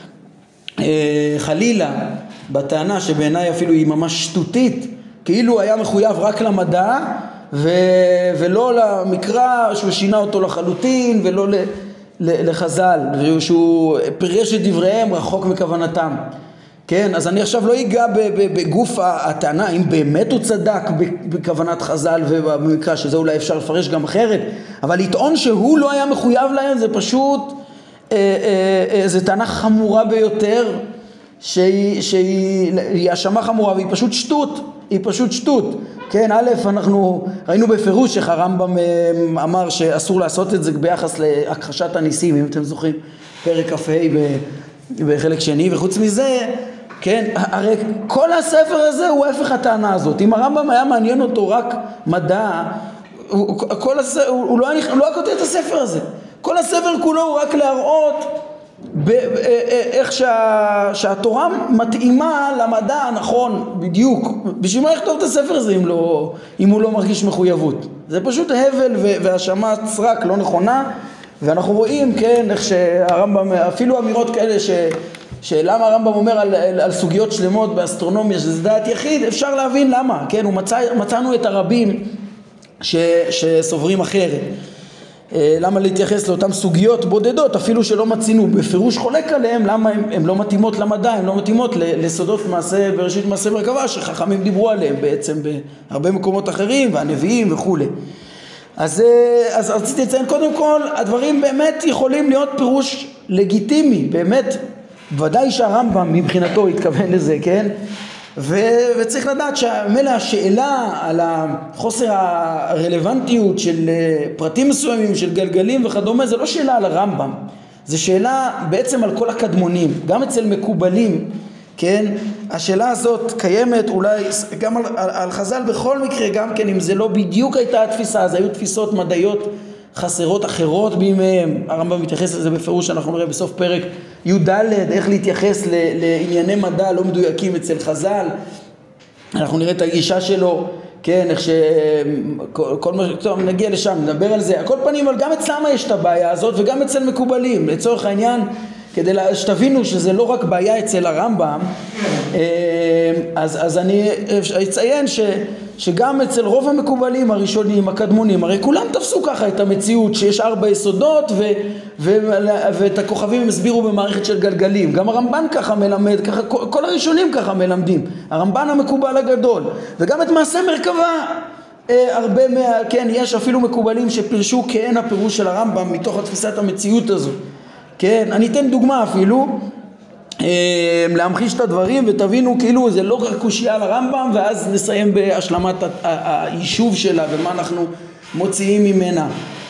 חלילה בטענה שבעיניי אפילו היא ממש שטותית, כאילו היה מחויב רק למדע ולא למקרא, שהוא שינה אותו לחלוטין, ולא לחז"ל, שהוא פירש את דבריהם רחוק מכוונתם. כן, אז אני עכשיו לא אגע בגוף הטענה, אם באמת הוא צדק בכוונת חז"ל ובמקרא, שזה אולי אפשר לפרש גם אחרת, אבל לטעון שהוא לא היה מחויב להם, זה פשוט, זה טענה חמורה ביותר, שהיא האשמה חמורה, והיא פשוט שטות, היא פשוט שטות. כן, א', אנחנו ראינו בפירוש איך הרמב"ם אמר שאסור לעשות את זה ביחס להכחשת הניסים, אם אתם זוכרים, פרק כ"ה בחלק שני, וחוץ מזה, כן, הרי כל הספר הזה הוא הפך הטענה הזאת. אם הרמב"ם היה מעניין אותו רק מדע, הוא לא היה כותב את הספר הזה. כל הספר כולו הוא רק להראות איך שהתורה מתאימה למדע הנכון בדיוק. בשביל מה יכתוב את הספר הזה אם הוא לא מרגיש מחויבות? זה פשוט הבל והאשמת סרק לא נכונה. ואנחנו רואים, כן, איך שהרמב"ם, אפילו אמירות כאלה שלמה הרמב"ם אומר על סוגיות שלמות באסטרונומיה שזה דעת יחיד, אפשר להבין למה. כן, מצאנו את הרבים שסוברים אחרת. למה להתייחס לאותן סוגיות בודדות, אפילו שלא מצינו בפירוש חולק עליהם, למה הן לא מתאימות למדע, הן לא מתאימות לסודות מעשה, בראשית מעשה מרכבה, שחכמים דיברו עליהם בעצם בהרבה מקומות אחרים, והנביאים וכו'. אז רציתי לציין קודם כל, הדברים באמת יכולים להיות פירוש לגיטימי, באמת, ודאי שהרמב"ם מבחינתו התכוון לזה, כן? וצריך לדעת שמלא השאלה על החוסר הרלוונטיות של פרטים מסוימים, של גלגלים וכדומה, זה לא שאלה על הרמב"ם, זה שאלה בעצם על כל הקדמונים, גם אצל מקובלים, כן? השאלה הזאת קיימת אולי גם על חז"ל בכל מקרה, גם כן אם זה לא בדיוק הייתה התפיסה, אז היו תפיסות מדעיות חסרות אחרות בימיהם. הרמב"ם מתייחס לזה בפירוש, אנחנו נראה בסוף פרק י"ד, איך להתייחס לענייני מדע לא מדויקים אצל חז"ל. אנחנו נראה את הגישה שלו, כן, איך שכל מה טוב, נגיע לשם, נדבר על זה. הכל פנים, אבל גם אצלם יש את הבעיה הזאת וגם אצל מקובלים. לצורך העניין, כדי שתבינו שזה לא רק בעיה אצל הרמב"ם, אז אני אציין שגם אצל רוב המקובלים הראשונים, הקדמונים, הרי כולם תפסו ככה את המציאות שיש 4 יסודות ואת הכוכבים הם הסבירו במערכת של גלגלים. גם הרמב"ן ככה מלמד, ככה, כל הראשונים ככה מלמדים, הרמב"ן המקובל הגדול, וגם את מעשה מרכבה. הרבה כן, יש אפילו מקובלים שפרשו כאין הפירוש של הרמב"ם מתוך התפיסת המציאות הזו. כן, אני אתן דוגמה אפילו להמחיש את הדברים ותבינו כאילו זה לא רק קושיה על הרמב"ם, ואז נסיים בהשלמת היישוב שלה ומה אנחנו מוציאים ממנה.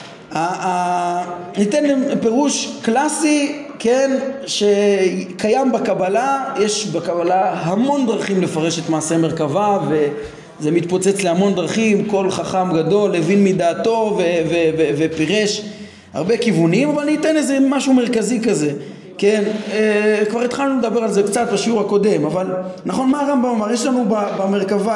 ניתן פירוש קלאסי, כן, שקיים בקבלה. יש בקבלה המון דרכים לפרש את מעשה מרכבה, וזה מתפוצץ להמון דרכים. כל חכם גדול הבין מדעתו ופירש הרבה כיוונים, אבל אני אתן איזה משהו מרכזי כזה. כן, כבר התחלנו לדבר על זה קצת בשיעור הקודם, אבל נכון מה הרמב"ם אמר? יש לנו במרכבה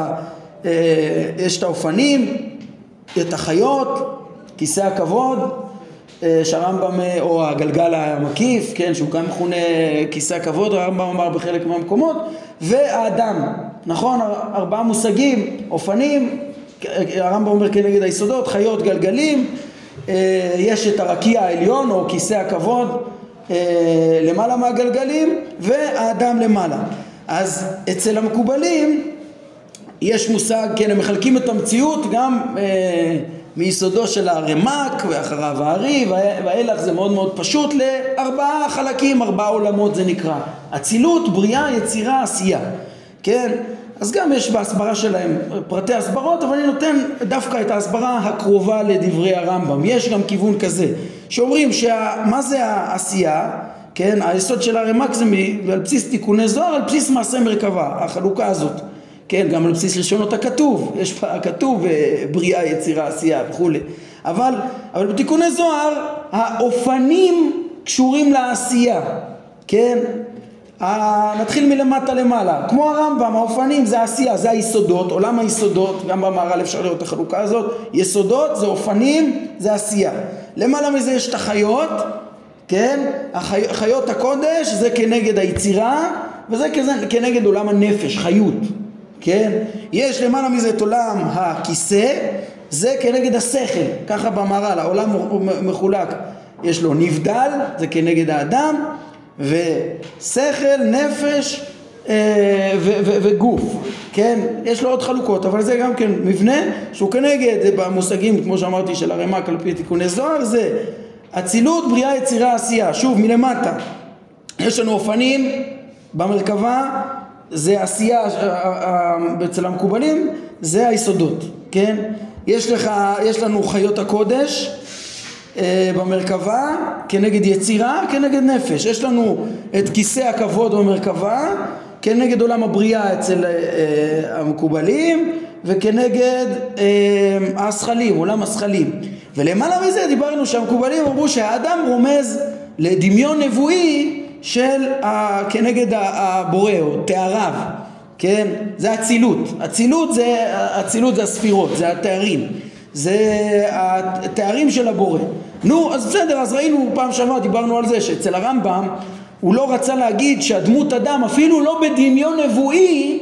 יש את האופנים, את החיות, כיסא הכבוד, שהרמב"ם, או הגלגל המקיף, כן, שהוא גם מכונה כיסא הכבוד, הרמב"ם אמר בחלק מהמקומות, והאדם, נכון? 4 מושגים, אופנים, הרמב"ם אומר כנגד היסודות, חיות, גלגלים, יש את הרקיע העליון או כיסא הכבוד למעלה מהגלגלים, והאדם למעלה. אז אצל המקובלים יש מושג, כן, הם מחלקים את המציאות גם מיסודו של הרמ"ק ואחריו הארי והאילך, זה מאוד מאוד פשוט, ל4 חלקים, 4 עולמות זה נקרא, אצילות, בריאה, יצירה, עשייה, כן? אז גם יש בהסברה שלהם פרטי הסברות, אבל אני נותן דווקא את ההסברה הקרובה לדברי הרמב"ם. יש גם כיוון כזה שאומרים מה זה העשייה, כן? היסוד של הרמ"ק זה על בסיס תיקוני זוהר, על בסיס מעשה מרכבה, החלוקה הזאת, כן, גם על בסיס לשונות הכתוב, יש כתוב בריאה, יצירה, עשייה וכו'. אבל בתיקוני זוהר האופנים קשורים לעשייה, כן? נתחיל מלמטה למעלה, כמו הרמב"ם, האופנים זה העשייה, זה היסודות, עולם היסודות, גם במהר"ל אפשר לראות את החלוקה הזאת, יסודות זה אופנים, זה עשייה. למעלה מזה יש את החיות, כן? חיות הקודש זה כנגד היצירה, וזה כנגד עולם הנפש, חיות. כן? יש למעלה מזה את עולם הכיסא, זה כנגד השכל, ככה במהר"ל, העולם מחולק, יש לו נבדל, זה כנגד האדם, ושכל, נפש וגוף, כן? יש לו עוד חלוקות, אבל זה גם כן מבנה שהוא כנגד, במושגים, כמו שאמרתי, של הרמ"ק על פי תיקוני זוהר, זה אצילות, בריאה, יצירה, עשייה. שוב, מלמטה, יש לנו אופנים במרכבה, זה עשייה, אצל המקובלים זה היסודות, כן? יש לנו חיות הקודש במרכבה כנגד יצירה, כנגד נפש. יש לנו את כיסא הכבוד במרכבה כנגד עולם הבריאה אצל המקובלים, וכנגד השכלים, עולם השכלים. ולמעלה מזה דיברנו שהמקובלים אמרו שהאדם רומז לדמיון נבואי של כנגד הבורא או תאריו, כן? זה אצילות. אצילות זה הספירות, זה התארים, זה התארים של הבורא. נו, אז בסדר, אז ראינו פעם שעברה, דיברנו על זה שאצל הרמב"ם הוא לא רצה להגיד שהדמות אדם אפילו לא בדמיון נבואי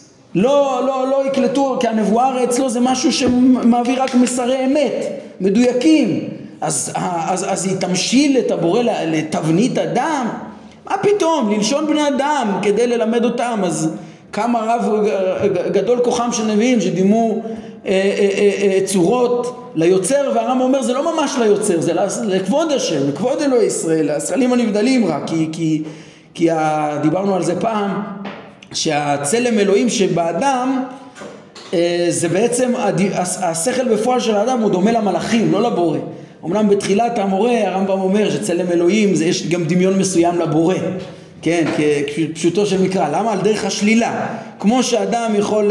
לא יקלטו, כי הנבואה אצלו זה משהו שמעביר רק מסרי אמת מדויקים, אז היא תמשיל את הבורא לתבנית אדם? מה פתאום, ללשון בני אדם כדי ללמד אותם. אז כמה רב גדול כוחם של נביאים שדימו צורות ליוצר, והרמב"ם אומר זה לא ממש ליוצר, זה לכבוד השם, לכבוד אלוהי ישראל, השכלים הנבדלים רק, כי דיברנו על זה פעם, שהצלם אלוהים שבאדם זה בעצם השכל בפועל של האדם הוא דומה למלאכים, לא לבורא. אמנם בתחילת המורה הרמב"ם אומר שצלם אלוהים זה יש גם דמיון מסוים לבורא, כן, כפשוטו של מקרא. למה? על דרך השלילה. כמו שאדם יכול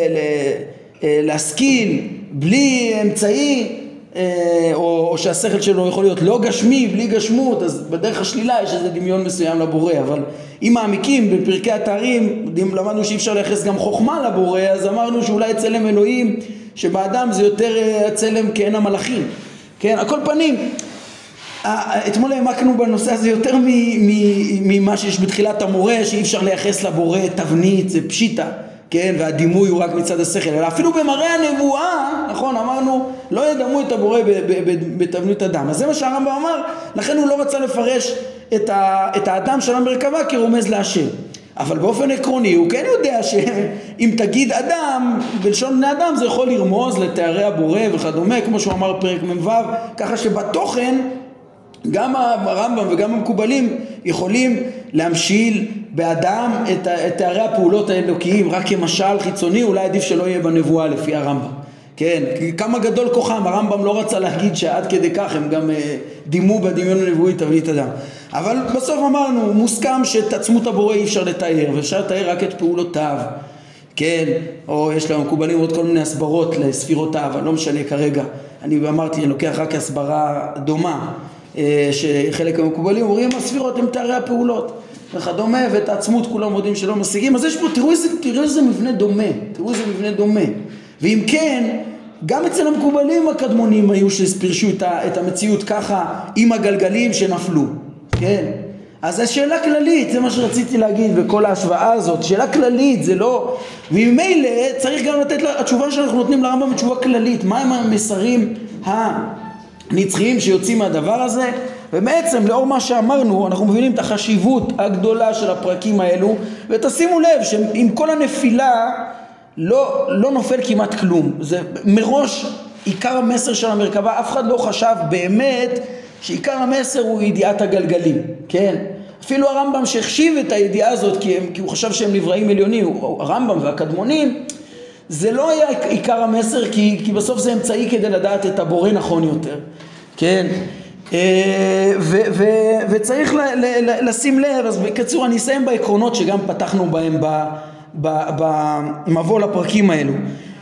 להשכיל בלי אמצעי, או שהשכל שלו יכול להיות לא גשמי, בלי גשמות, אז בדרך השלילה יש איזה דמיון מסוים לבורא. אבל אם מעמיקים בפרקי התארים, למדנו שאי אפשר לייחס גם חוכמה לבורא, אז אמרנו שאולי צלם אלוהים שבאדם זה יותר צלם כעין המלאכים. כן, הכל פנים, אתמול העמקנו בנושא הזה יותר ממה שיש בתחילת המורה, שאי אפשר לייחס לבורא תבנית, זה פשיטה, כן, והדימוי הוא רק מצד השכל, אלא אפילו במראה הנבואה, נכון, אמרנו, לא ידמו את הבורא בתבנית אדם. אז זה מה שהרמב"ם אמר, לכן הוא לא רצה לפרש את האדם של המרכבה כרומז להשם. אבל באופן עקרוני הוא כן יודע שאם תגיד אדם, בלשון בני אדם, זה יכול לרמוז לתארי הבורא וכדומה, כמו שהוא אמר פרק מ"ו, ככה שבתוכן גם הרמב"ם וגם המקובלים יכולים להמשיל באדם את תארי הפעולות האלוקיים, רק כמשל חיצוני, אולי עדיף שלא יהיה בנבואה לפי הרמב"ם. כן, כמה גדול כוחם, הרמב"ם לא רצה להגיד שעד כדי כך הם גם דימו בדמיון הנבואי תבנית אדם. אבל בסוף אמרנו, מוסכם שאת עצמות הבורא אי אפשר לתאר, ואפשר לתאר רק את פעולותיו, כן, או יש להם מקובלים עוד כל מיני הסברות לספירותיו, אבל לא משנה כרגע, אני אמרתי, אני לוקח רק הסברה דומה, שחלק המקובלים אומרים הספירות הם תארי הפעולות וכדומה, ואת העצמות כולם יודעים שלא משיגים. אז יש פה, תראו איזה מבנה דומה, ואם כן, גם אצל המקובלים הקדמונים היו שפרשו את המציאות ככה עם הגלגלים שנפלו, כן? אז זו שאלה כללית, זה מה שרציתי להגיד בכל ההשוואה הזאת, שאלה כללית, זה לא... וממילא צריך גם לתת לה, התשובה שאנחנו נותנים לרמב"ם תשובה כללית, מהם המסרים הנצחיים שיוצאים מהדבר הזה, ובעצם לאור מה שאמרנו אנחנו מבינים את החשיבות הגדולה של הפרקים האלו, ותשימו לב שעם כל הנפילה לא נופל כמעט כלום, זה מראש עיקר המסר של המרכבה, אף אחד לא חשב באמת שעיקר המסר הוא ידיעת הגלגלים, כן? אפילו הרמב"ם שהחשיב את הידיעה הזאת כי הוא חשב שהם נבראים עליונים, הרמב"ם והקדמונים, זה לא היה עיקר המסר כי בסוף זה אמצעי כדי לדעת את הבורא נכון יותר, כן? וצריך לשים לב, אז בקיצור אני אסיים בעקרונות שגם פתחנו בהם במבוא לפרקים האלו,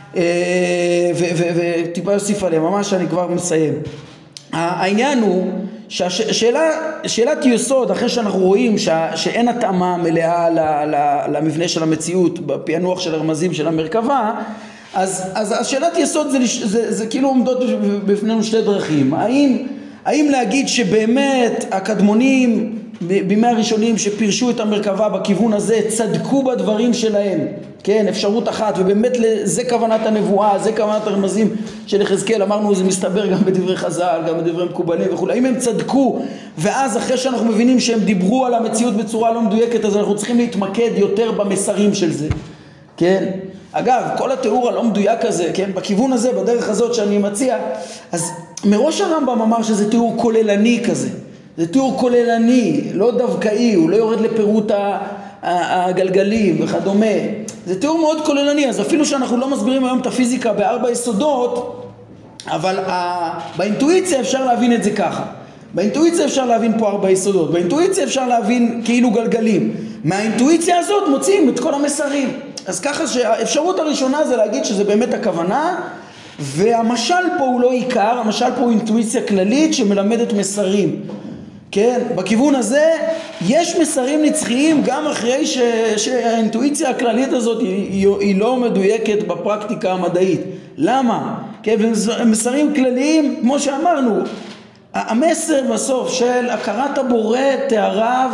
וטיפה יוסיף עליהם, ממש אני כבר מסיים. העניין הוא שאלת יסוד, אחרי שאנחנו רואים שאין התאמה מלאה למבנה של המציאות בפענוח של הרמזים של המרכבה, אז השאלת יסוד זה כאילו עומדות בפנינו שתי דרכים. האם להגיד שבאמת הקדמונים בימי הראשונים שפירשו את המרכבה בכיוון הזה צדקו בדברים שלהם, כן, אפשרות אחת, ובאמת זה כוונת הנבואה, זה כוונת הרמזים של יחזקאל, אמרנו זה מסתבר גם בדברי חז"ל, גם בדברי מקובלים וכו'. האם הם צדקו, ואז אחרי שאנחנו מבינים שהם דיברו על המציאות בצורה לא מדויקת, אז אנחנו צריכים להתמקד יותר במסרים של זה, כן? אגב, כל התיאור הלא מדויק הזה, כן, בכיוון הזה, בדרך הזאת שאני מציע, אז מראש הרמב"ם אמר שזה תיאור כוללני כזה, זה תיאור כוללני, לא דווקאי, הוא לא יורד לפירוט הגלגלים וכדומה, זה תיאור מאוד כוללני. אז אפילו שאנחנו לא מסבירים היום את הפיזיקה בארבע יסודות, אבל באינטואיציה אפשר להבין את זה ככה, באינטואיציה אפשר להבין פה ארבע יסודות, באינטואיציה אפשר להבין כאילו גלגלים, מהאינטואיציה הזאת מוצאים את כל המסרים. אז ככה שהאפשרות הראשונה זה להגיד שזה באמת הכוונה, והמשל פה הוא לא עיקר, המשל פה הוא אינטואיציה כללית שמלמדת מסרים, כן? בכיוון הזה יש מסרים נצחיים גם אחרי שהאינטואיציה הכללית הזאת היא לא מדויקת בפרקטיקה המדעית. למה? כן, מסרים כלליים, כמו שאמרנו, המסר בסוף של הכרת הבורא, תאריו,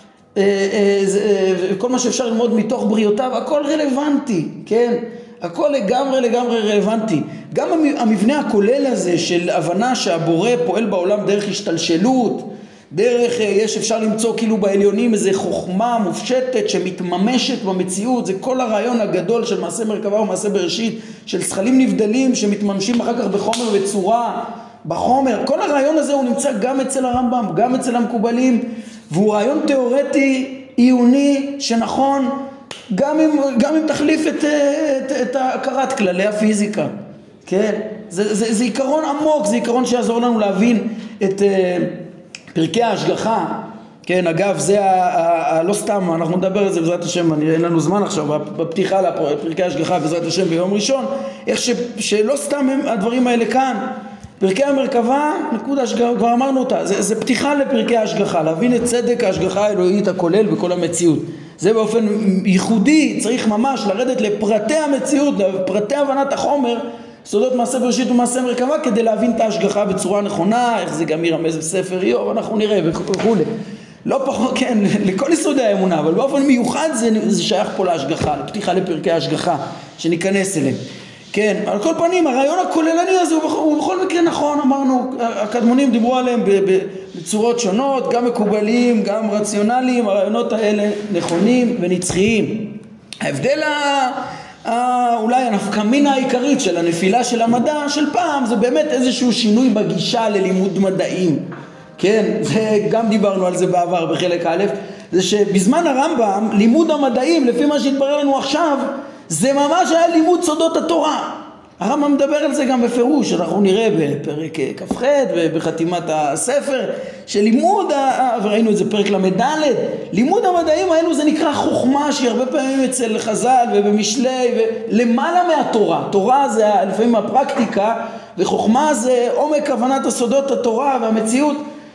כל מה שאפשר ללמוד מתוך בריאותיו, הכל רלוונטי, כן? הכל לגמרי רלוונטי. גם המבנה הכולל הזה של הבנה שהבורא פועל בעולם דרך השתלשלות, דרך, אפשר למצוא כאילו בעליונים איזה חוכמה מופשטת שמתממשת במציאות, זה כל הרעיון הגדול של מעשה מרכבה ומעשה בראשית, של שכלים נבדלים שמתממשים אחר כך בחומר וצורה, בחומר. כל הרעיון הזה הוא נמצא גם אצל הרמב"ם, גם אצל המקובלים, והוא רעיון תיאורטי, עיוני, שנכון, גם אם תחליף את הכרת כללי הפיזיקה, כן? זה עיקרון עמוק, זה עיקרון שיעזור לנו להבין את פרקי ההשגחה, כן? אגב, זה לא סתם, אנחנו נדבר על זה בעזרת השם, אין לנו זמן עכשיו, בפתיחה לפרקי ההשגחה בעזרת השם ביום ראשון, איך שלא סתם הדברים האלה כאן, פרקי המרכבה, נקודה שכבר אמרנו אותה, זה פתיחה לפרקי ההשגחה, להבין את צדק ההשגחה האלוהית הכולל בכל המציאות. זה באופן ייחודי, צריך ממש לרדת לפרטי המציאות, לפרטי הבנת החומר, סודות מעשה בראשית ומעשה מרכבה, כדי להבין את ההשגחה בצורה נכונה, איך זה גם ירמז בספר איוב, אנחנו נראה וכו'. לא פחות, כן, לכל יסודי האמונה, אבל באופן מיוחד זה שייך פה להשגחה, לפתיחה לפרקי ההשגחה, שניכנס אליהם. כן, על כל פנים, הרעיון הכוללני הזה הוא בכל מקרה נכון, אמרנו, הקדמונים דיברו עליהם בצורות שונות, גם מקובלים, גם רציונליים, הרעיונות האלה נכונים ונצחיים. ההבדל אולי הנפקמינה העיקרית של הנפילה של המדע של פעם, זה באמת איזשהו שינוי בגישה ללימוד מדעים. כן, גם דיברנו על זה בעבר בחלק א', זה שבזמן הרמב"ם, לימוד המדעים, לפי מה שהתברר לנו עכשיו, זה ממש היה לימוד סודות התורה. הרמב"ם מדבר על זה גם בפירוש, אנחנו נראה בפרק כ"ח ובחתימת הספר, שלימוד, וראינו את זה פרק למד, לימוד המדעים האלו זה נקרא חוכמה, שהיא הרבה פעמים אצל חז"ל ובמשלי, ולמעלה מהתורה. תורה זה לפעמים הפרקטיקה, וחוכמה זה עומק הבנת הסודות התורה והמציאות.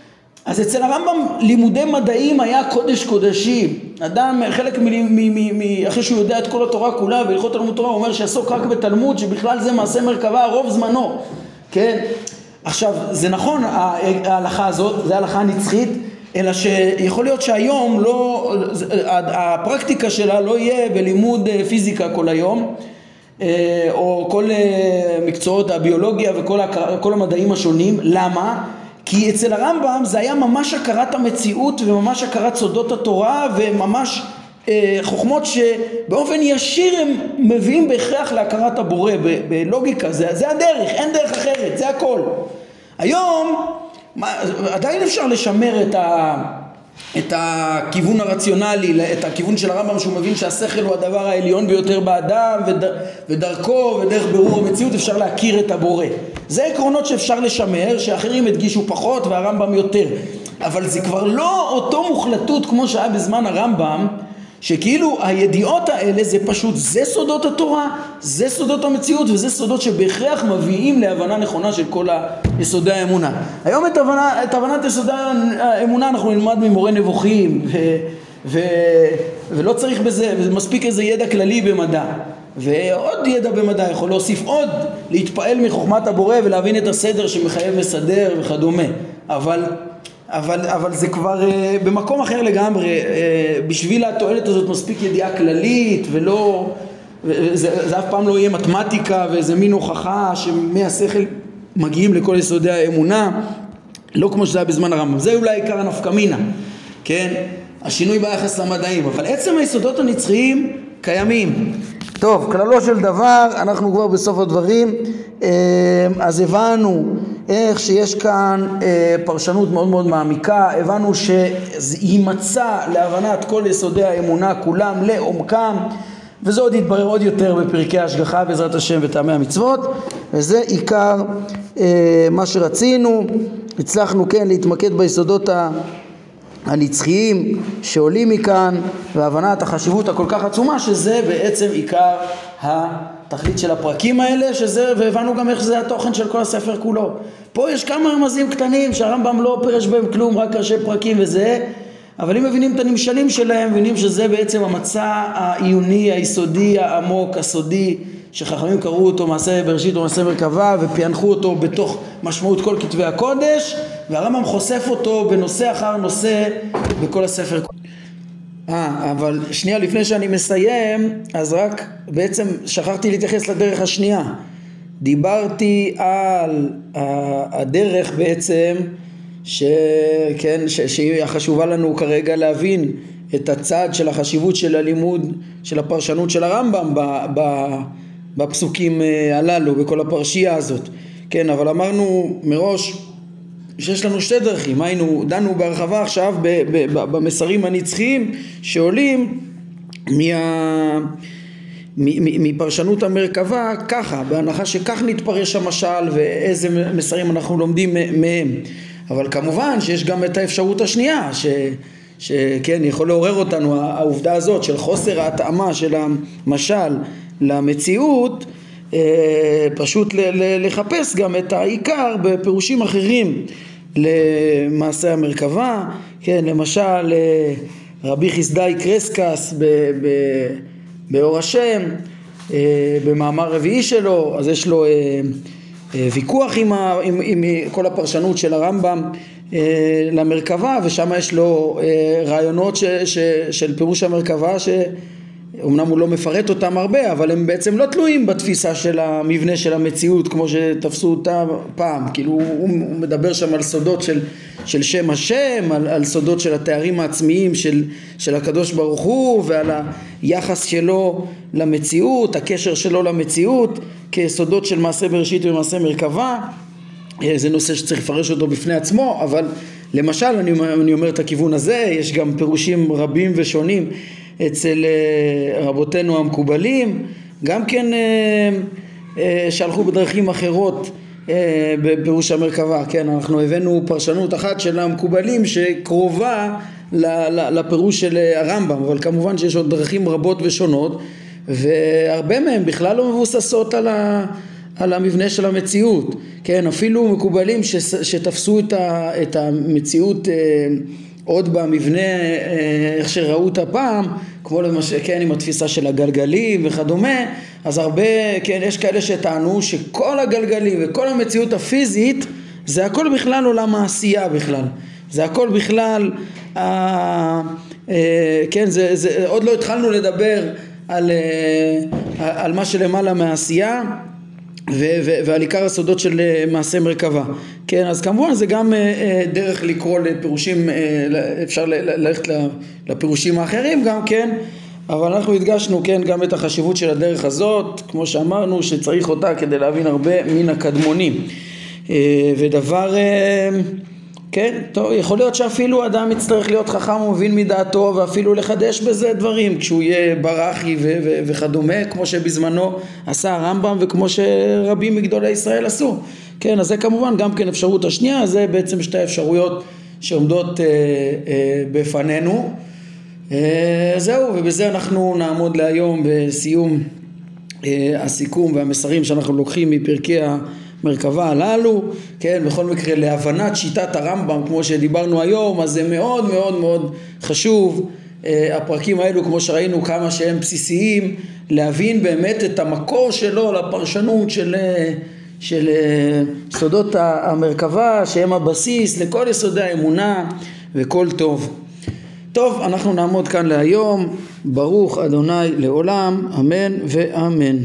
אז אצל הרמב"ם לימודי מדעים היה קודש קודשים. אדם, חלק אחרי שהוא יודע את כל התורה כולה והלכות תלמוד תורה, הוא אומר שיעסוק רק בתלמוד, שבכלל זה מעשה מרכבה רוב זמנו. כן? עכשיו, זה נכון, ההלכה הזאת, זה ההלכה הנצחית, אלא שיכול להיות שהיום לא, הפרקטיקה שלה לא יהיה בלימוד פיזיקה כל היום, או כל מקצועות הביולוגיה וכל המדעים השונים. למה? כי אצל הרמב"ם זה היה ממש הכרת המציאות וממש הכרת סודות התורה וממש חוכמות שבאופן ישיר הם מביאים בהכרח להכרת הבורא בלוגיקה. זה הדרך, אין דרך אחרת, זה הכל. היום עדיין אפשר לשמר את הכיוון הרציונלי, את הכיוון של הרמב"ם שהוא מבין שהשכל הוא הדבר העליון ביותר באדם, ודרכו ודרך ברור המציאות אפשר להכיר את הבורא. זה עקרונות שאפשר לשמר, שאחרים הדגישו פחות והרמב"ם יותר. אבל זה כבר לא אותו מוחלטות כמו שהיה בזמן הרמב"ם, שכאילו הידיעות האלה זה פשוט, זה סודות התורה, זה סודות המציאות, וזה סודות שבהכרח מביאים להבנה נכונה של כל יסודי האמונה. היום את הבנת יסודי האמונה אנחנו נלמד ממורה נבוכים, ולא צריך בזה, מספיק איזה ידע כללי במדע. ועוד ידע במדע יכול להוסיף עוד, להתפעל מחוכמת הבורא ולהבין את הסדר שמחייב מסדר וכדומה. אבל זה כבר במקום אחר לגמרי. בשביל התועלת הזאת מספיק ידיעה כללית, ולא, זה אף פעם לא יהיה מתמטיקה ואיזה מין הוכחה שמהשכל מגיעים לכל יסודי האמונה, לא כמו שזה היה בזמן הרמב"ם. זה אולי עיקר הנפקא מינה, כן? השינוי ביחס למדעים, אבל עצם היסודות הנצחיים קיימים. טוב, כללו של דבר, אנחנו כבר בסוף הדברים, אז הבנו איך שיש כאן פרשנות מאוד מאוד מעמיקה, הבנו שימצא להבנת כל יסודי האמונה כולם לעומקם, וזה עוד יתברר עוד יותר בפרקי ההשגחה בעזרת השם וטעמי המצוות, וזה עיקר מה שרצינו. הצלחנו כן להתמקד ביסודות הנצחיים שעולים מכאן, והבנת החשיבות הכל כך עצומה, שזה בעצם עיקר התכלית של הפרקים האלה, והבנו גם איך זה התוכן של כל הספר כולו. פה יש כמה רמזים קטנים שהרמב"ם לא פרש בהם כלום, רק ראשי פרקים וזה, אבל אם מבינים את הנמשלים שלהם, מבינים שזה בעצם המצע העיוני, היסודי, העמוק, הסודי, שחכמים קראו אותו מעשה בראשית ומעשה מרכבה, ופענחו אותו בתוך משמעות כל כתבי הקודש, והרמב"ם חושף אותו בנושא אחר נושא בכל הספר. אבל שנייה לפני שאני מסיים, אז רק בעצם שכחתי להתייחס לדרך השנייה. דיברתי על הדרך בעצם שהיא חשובה לנו כרגע להבין את הצד של החשיבות של הלימוד, של הפרשנות של הרמב"ם בפסוקים הללו, בכל הפרשייה הזאת. כן, אבל אמרנו מראש שיש לנו שתי דרכים. היינו דנו בהרחבה עכשיו במסרים הנצחיים שעולים מפרשנות המרכבה ככה, בהנחה שכך נתפרש המשל ואיזה מסרים אנחנו לומדים מהם. אבל כמובן שיש גם את האפשרות השנייה שכן יכול לעורר אותנו העובדה הזאת של חוסר ההתאמה של המשל למציאות, פשוט לחפש גם את העיקר בפירושים אחרים למעשה המרכבה. כן, למשל רבי חסדאי קרסקס באור השם, במאמר רביעי שלו, אז יש לו ויכוח עם כל הפרשנות של הרמב"ם למרכבה, ושם יש לו רעיונות של פירוש המרכבה שאומנם הוא לא מפרט אותם הרבה, אבל הם בעצם לא תלויים בתפיסה של המבנה של המציאות כמו שתפסו אותה פעם. כאילו הוא מדבר שם על סודות של שם השם, על סודות של התארים העצמיים של הקדוש ברוך הוא, ועל היחס שלו למציאות, הקשר שלו למציאות כסודות של מעשה בראשית ומעשה מרכבה. זה נושא שצריך לפרש אותו בפני עצמו, אבל למשל אני אומר את הכיוון הזה. יש גם פירושים רבים ושונים אצל רבותינו המקובלים, גם כן שהלכו בדרכים אחרות בפירוש המרכבה. כן, אנחנו הבאנו פרשנות אחת של המקובלים שקרובה לפירוש של הרמב"ם, אבל כמובן שיש עוד דרכים רבות ושונות, והרבה מהם בכלל לא מבוססות על המבנה של המציאות, כן, אפילו מקובלים שתפסו את המציאות עוד במבנה איך שראו אותה פעם, כמו למשל, כן, עם התפיסה של הגלגלים וכדומה, אז הרבה, כן, יש כאלה שטענו שכל הגלגלים וכל המציאות הפיזית זה הכל בכלל עולם העשייה בכלל, זה הכל בכלל, כן, זה עוד לא התחלנו לדבר על מה שלמעלה מהעשייה ועל עיקר הסודות של מעשה מרכבה. כן, אז כמובן זה גם דרך לקרוא לפירושים, אפשר ללכת לפירושים האחרים גם, כן, אבל אנחנו הדגשנו, כן, גם את החשיבות של הדרך הזאת, כמו שאמרנו, שצריך אותה כדי להבין הרבה מן הקדמונים. ודבר, כן, טוב, יכול להיות שאפילו אדם יצטרך להיות חכם ומבין מדעתו ואפילו לחדש בזה דברים כשהוא יהיה ברחי וכדומה, כמו שבזמנו עשה הרמב"ם וכמו שרבים מגדולי ישראל עשו. כן, אז זה כמובן גם כן אפשרות השנייה, זה בעצם שתי אפשרויות שעומדות בפנינו. זהו, ובזה אנחנו נעמוד להיום בסיום הסיכום והמסרים שאנחנו לוקחים מפרקי המרכבה הללו. כן, בכל מקרה להבנת שיטת הרמב"ם כמו שדיברנו היום, אז זה מאוד מאוד מאוד חשוב הפרקים האלו, כמו שראינו כמה שהם בסיסיים, להבין באמת את המקור שלו לפרשנות של סודות המרכבה, שהם הבסיס לכל יסודי האמונה וכל טוב. טוב, אנחנו נעמוד כאן להיום. ברוך אדוני לעולם, אמן ואמן.